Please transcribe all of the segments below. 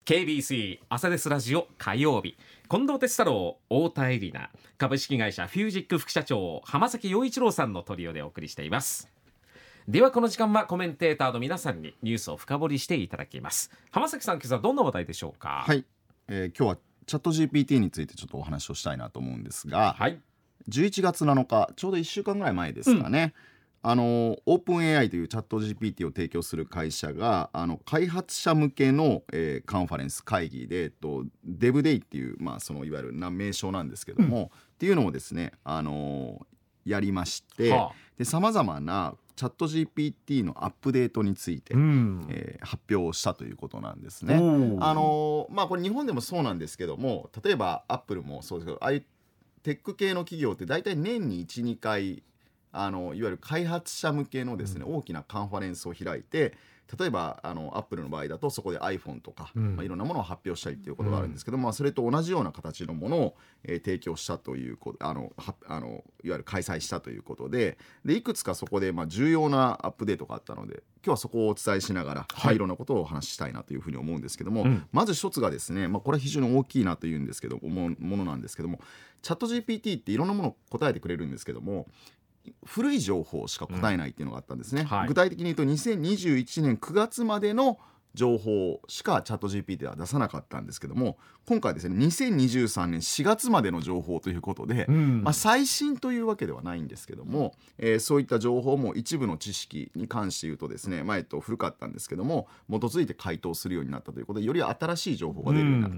KBC 朝ですラジオ火曜日、近藤哲太郎、太田恵里奈、株式会社フュージック副社長浜崎陽一郎さんのトリオでお送りしています。ではこの時間はコメンテーターの皆さんにニュースを深掘りしていただきます。浜崎さん、今朝はどんな話題でしょうか？ はい、今日はチャット GPT についてちょっとお話をしたいなと思うんですが、 はい、 11月7日ちょうど1週間ぐらい前ですかね、オープン AI というチャット GPT を提供する会社が開発者向けの、カンファレンス会議で、デブデイっていう、そのいわゆる名称なんですけども、っていうのをですね、やりまして、で様々なチャット GPT のアップデートについて、発表をしたということなんですね。これ日本でもそうなんですけども、例えばアップルもそうですけど、ああいうテック系の企業って大体年に 1,2 回いわゆる開発者向けのですね、大きなカンファレンスを開いて、例えばアップルの場合だとそこで iPhone とか、いろんなものを発表したりということがあるんですけど、それと同じような形のものを、提供したということ、いわゆる開催したということで、いくつかそこで重要なアップデートがあったので、今日はそこをお伝えしながら、いろんなことをお話ししたいなというふうに思うんですけども、まず一つがですね、これは非常に大きいなというんですけどものなんですけども、チャット GPT っていろんなものを答えてくれるんですけども、古い情報しか答えないっていうのがあったんですね。具体的に言うと2021年9月までの情報しかチャット GPT は出さなかったんですけども、今回ですね2023年4月までの情報ということで、最新というわけではないんですけども、そういった情報も一部の知識に関して言うとですね、古かったんですけども基づいて回答するようになったということで、より新しい情報が出るようになった、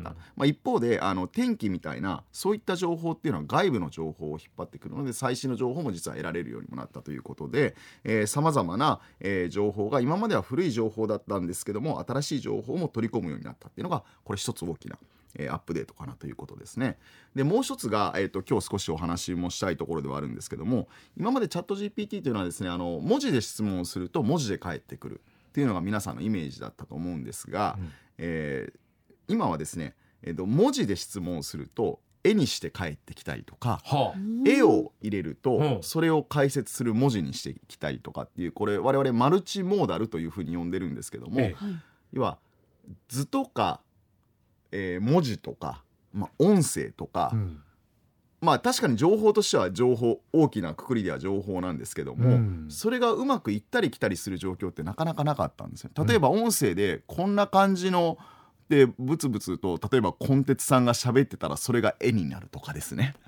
一方で天気みたいなそういった情報っていうのは外部の情報を引っ張ってくるので、最新の情報も実は得られるようにもなったということで、さまざまな、情報が今までは古い情報だったんですけども、新しい情報も取り込むようになったっていうのが、これ一つ大きなアップデートかなということですね。でもう一つが、今日少しお話もしたいところではあるんですけども、今までチャット GPT というのはですね、文字で質問をすると文字で返ってくるっていうのが皆さんのイメージだったと思うんですが、今はですね、文字で質問をすると絵にして返ってきたりとか、絵を入れるとそれを解説する文字にしてきたりとかっていう、これ我々マルチモーダルというふうに呼んでるんですけども、要は図とか、文字とか、音声とか、確かに情報としては情報、大きな括りでは情報なんですけども、それがうまく行ったり来たりする状況ってなかなかなかったんですよ。例えば音声でこんな感じのでブツブツと、例えばコンテツさんが喋ってたらそれが絵になるとかですね。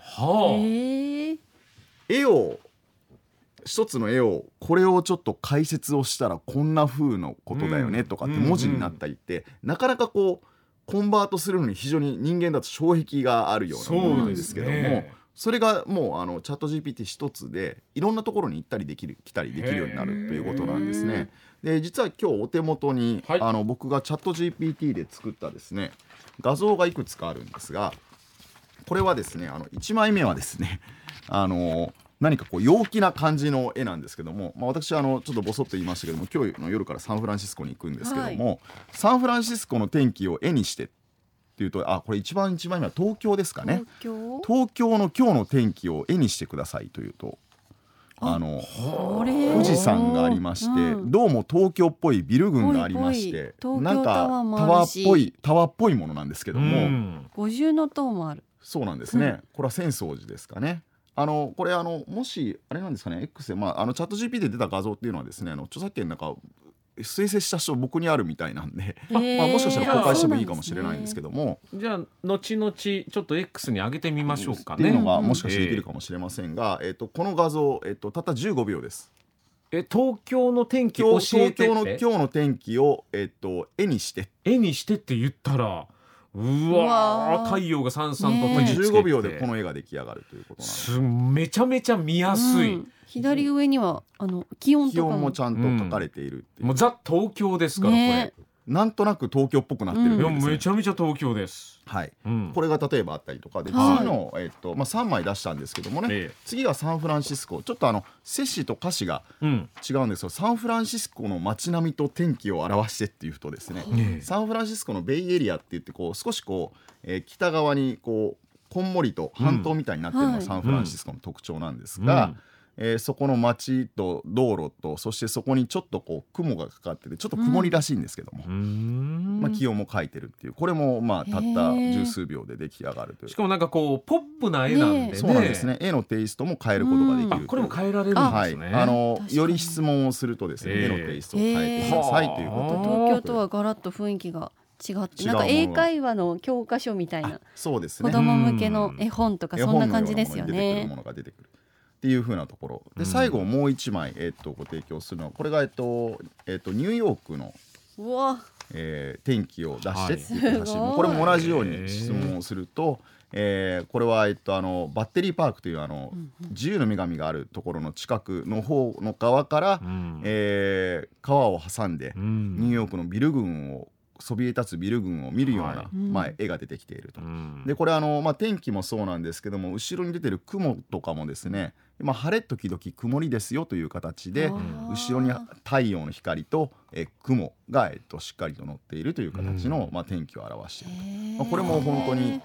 絵を一つの絵をこれをちょっと解説をしたらこんな風のことだよねとかって文字になったりって、なかなかこうコンバートするのに非常に人間だと障壁があるようなものなんですけども、それがもうチャット GPT 一つでいろんなところに行ったり来たりできるようになるということなんですね。で実は今日お手元に、僕がチャット GPT で作ったですね画像がいくつかあるんですが、これはですね1枚目はですね何かこう陽気な感じの絵なんですけども、私ちょっとボソッと言いましたけども、今日の夜からサンフランシスコに行くんですけども、サンフランシスコの天気を絵にしてっていうと、これ1枚目は東京ですかね。東京の今日の天気を絵にしてくださいというと、富士山がありまして、どうも東京っぽいビル群がありまして、なんかタワーっぽいものなんですけども、 五重の塔もある。 そうなんですね。これは浅草寺ですかね。これもしあれなんですかね、 X で、チャット GP で出た画像っていうのはですね、著作権なんか推薦した人僕にあるみたいなんで、もしかしたら公開してもいいかもしれないんですけども、 じゃあ後々ちょっと X に上げてみましょうかねっていうのがもしかしてできるかもしれませんが、この画像、たった15秒です。 東京の天気教えてって、 東京の今日の天気を、絵にしてって言ったら、うわ太陽がさんさんと照りつけて 15秒でこの絵が出来上がるということなんです。 めちゃめちゃ見やすい、 左上には気温とかもちゃんと書かれているっていう、 もうザ東京ですから、これなんとなく東京っぽくなってるんですね。 めちゃめちゃ東京です。 これが例えばあったりとかで、次の、3枚出したんですけどもね、次がサンフランシスコ。ちょっと摂氏と歌詞が違うんですけど、サンフランシスコの街並みと天気を表してっていうとですね、サンフランシスコのベイエリアって言って、少し北側にこんもりと半島みたいになってるのがサンフランシスコの特徴なんですが、 そこの街と道路と、そしてそこにちょっとこう雲がかかっててちょっと曇りらしいんですけども、気温も描いてるっていう、これもたった十数秒で出来上がるという。 しかもなんかこうポップな絵なんでね。 そうなんですね。絵のテイストも変えることができる。 これも変えられるんですね。 より質問をするとですね、絵のテイストを変えてくださいということ。 東京とはガラッと雰囲気が違って、なんか英会話の教科書みたいな、 そうですね、 子供向けの絵本とかそんな感じですよね。 ものが出てくるっていう風なところで、最後もう一枚ご提供するのは、これがニューヨークの天気を出してっていう写真も、これも同じように質問をすると、これはバッテリーパークという自由の女神があるところの近くの方の側から、川を挟んでニューヨークのビル群をそびえ立つビル群を見るような、絵が出てきていると。でこれ天気もそうなんですけども、後ろに出てる雲とかもですね、晴れ時々曇りですよという形で、後ろに太陽の光と雲が、しっかりと乗っているという形の、天気を表していると。これも本当に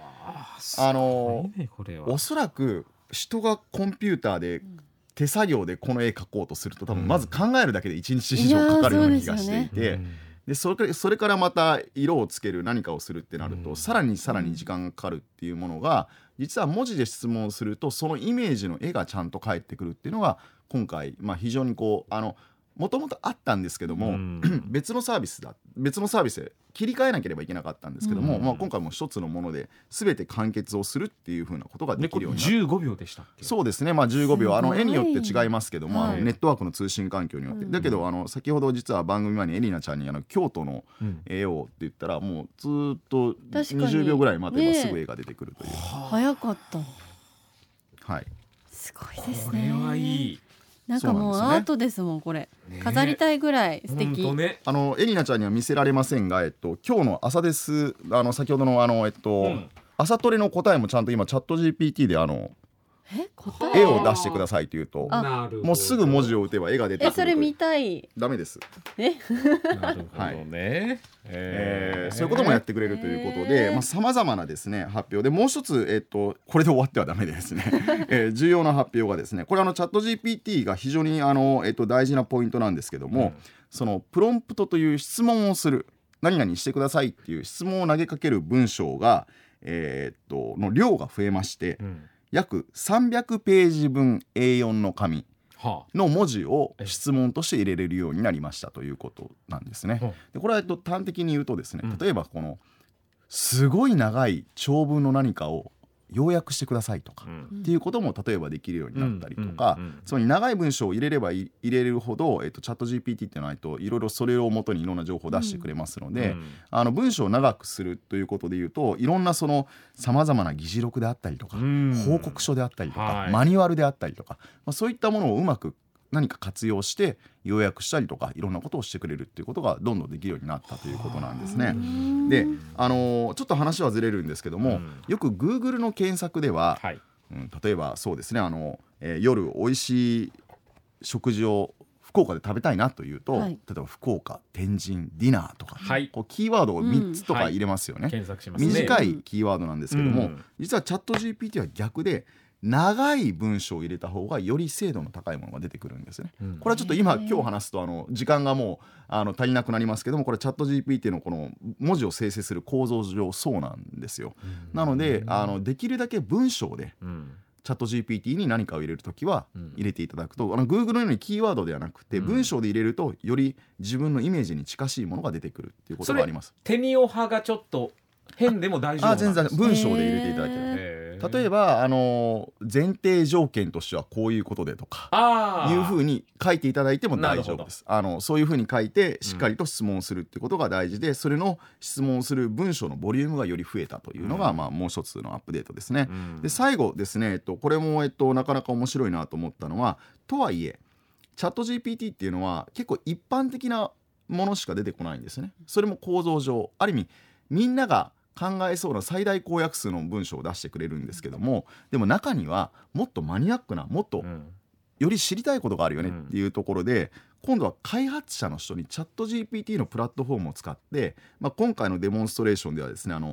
おそらく人がコンピューターで手作業でこの絵描こうとすると、多分まず考えるだけで1日以上かかるような気がしていて、でそれからまた色をつける何かをするってなると、さらに時間がかかるっていうものが、実は文字で質問するとそのイメージの絵がちゃんと返ってくるっていうのが今回、非常にもともとあったんですけども、別のサービスで切り替えなければいけなかったんですけども、今回も一つのもので全て完結をするっていう風なことができるようになる。 15秒でしたっけ？ そうですね、15秒、絵によって違いますけども、ネットワークの通信環境によって、だけど先ほど実は番組前にエリナちゃんに京都の絵をって言ったら、もうずっと20秒ぐらい待てばすぐ絵が出てくるという。 早かった。 はい、 すごいですね。 これはいい。 なんかもうアートですもん、これ飾りたいぐらい素敵。 エリナちゃんには見せられませんが、今日の朝です、先ほどの朝トレの答えもちゃんと今チャット GPT で絵を出してくださいと言うと、もうすぐ文字を打てば絵が出てくる。 それ見たい。 ダメです。 なるほどね。 そういうこともやってくれるということで、さまざまなですね発表で、もう一つこれで終わってはダメでですね重要な発表がですね、これチャット GPT が非常に大事なポイントなんですけども、そのプロンプトという質問をする、何々してくださいっていう質問を投げかける文章がの量が増えまして、約300ページ分 A4 の紙の文字を質問として入れれるようになりましたということなんですね。でこれは端的に言うとですね、例えばこのすごい長い長文の何かを要約してくださいとか、っていうことも例えばできるようになったりとか、つまり長い文章を入れれば入れるほど、チャット GPT っていうのはいろいろそれをもとにいろんな情報を出してくれますので、文章を長くするということでいうと、いろんなさまざまな議事録であったりとか、報告書であったりとか、マニュアルであったりとか、そういったものをうまく何か活用して要約したりとか、いろんなことをしてくれるっていうことがどんどんできるようになったということなんですね。でちょっと話はずれるんですけども、よく Google の検索では、例えばそうですね、夜おいしい食事を福岡で食べたいなというと、例えば福岡、天神、ディナーとか、こうキーワードを3つとか入れますよね。 検索しますね。 短いキーワードなんですけども、実はチャット GPT は逆で長い文章を入れた方がより精度の高いものが出てくるんですね。これはちょっと今日話すと時間がもう足りなくなりますけども、これチャット GPT のこの文字を生成する構造上そうなんですよ。なのでできるだけ文章でチャット GPT に何かを入れるときは入れていただくと、Google のようにキーワードではなくて文章で入れるとより自分のイメージに近しいものが出てくるっていうことがあります。 テニオ派がちょっと変でも大丈夫なんですか？ 全然文章で入れていただける。例えば前提条件としてはこういうことでとかいうふうに書いていただいても大丈夫です。そういうふうに書いてしっかりと質問するってことが大事で、それの質問する文章のボリュームがより増えたというのが、もう一つのアップデートですね。で最後ですね、これもなかなか面白いなと思ったのは、とはいえチャット GPT っていうのは結構一般的なものしか出てこないんですね。それも構造上ある意味みんなが考えそうな最大公約数の文章を出してくれるんですけども、でも中にはもっとマニアックな、もっとより知りたいことがあるよねっていうところで、今度は開発者の人にチャット GPT のプラットフォームを使って、今回のデモンストレーションではですね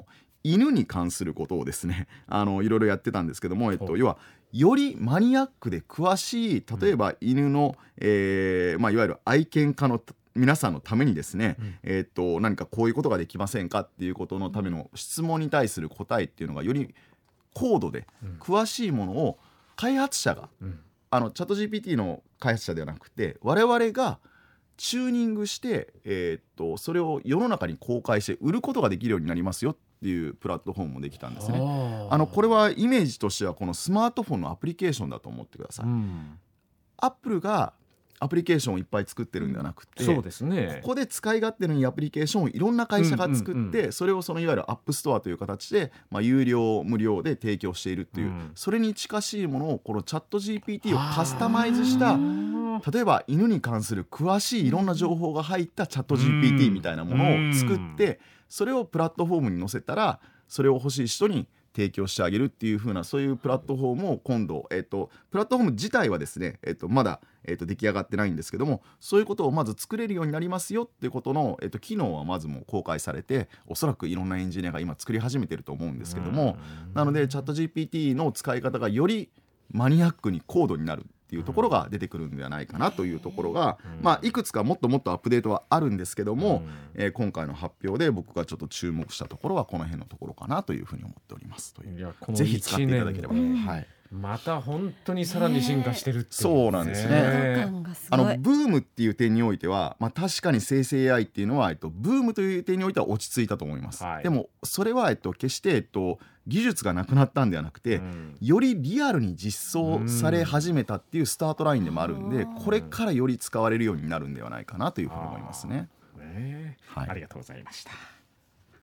犬に関することをですねいろいろやってたんですけども、要はよりマニアックで詳しい、例えば犬の、いわゆる愛犬家の皆さんのためにですね、何かこういうことができませんかっていうことのための質問に対する答えっていうのがより高度で詳しいものを開発者が、チャット GPT の開発者ではなくて我々がチューニングして、それを世の中に公開して売ることができるようになりますよっていうプラットフォームもできたんですね。これはイメージとしてはこのスマートフォンのアプリケーションだと思ってください。アップルがアプリケーションをいっぱい作ってるんではなくて、 そうですね、 ここで使い勝手のいいアプリケーションをいろんな会社が作って、それをそのいわゆるアップストアという形で、有料無料で提供しているっていう、それに近しいものをこのチャット GPT をカスタマイズした、例えば犬に関する詳しいいろんな情報が入ったチャット GPT みたいなものを作って、それをプラットフォームに載せたらそれを欲しい人に提供してあげるっていう風な、そういうプラットフォームを今度、プラットフォーム自体はですね、まだ、出来上がってないんですけども、そういうことをまず作れるようになりますよっていうことの、機能はまずもう公開されて、おそらくいろんなエンジニアが今作り始めてると思うんですけども、なのでチャット GPT の使い方がよりマニアックに高度になるっていうところが出てくるんではないかなというところが、いくつかもっともっとアップデートはあるんですけども、今回の発表で僕がちょっと注目したところはこの辺のところかなというふうに思っておりますという。 いや、このぜひ使っていただければ、 また本当にさらに進化してるっていう、 そうなんですね。ブームっていう点においては、確かに生成 AI っていうのは、ブームという点においては落ち着いたと思います。でもそれは、決して、技術がなくなったんではなくて、よりリアルに実装され始めたっていうスタートラインでもあるんで、これからより使われるようになるんではないかなというふうに思いますね。 ありがとうございました。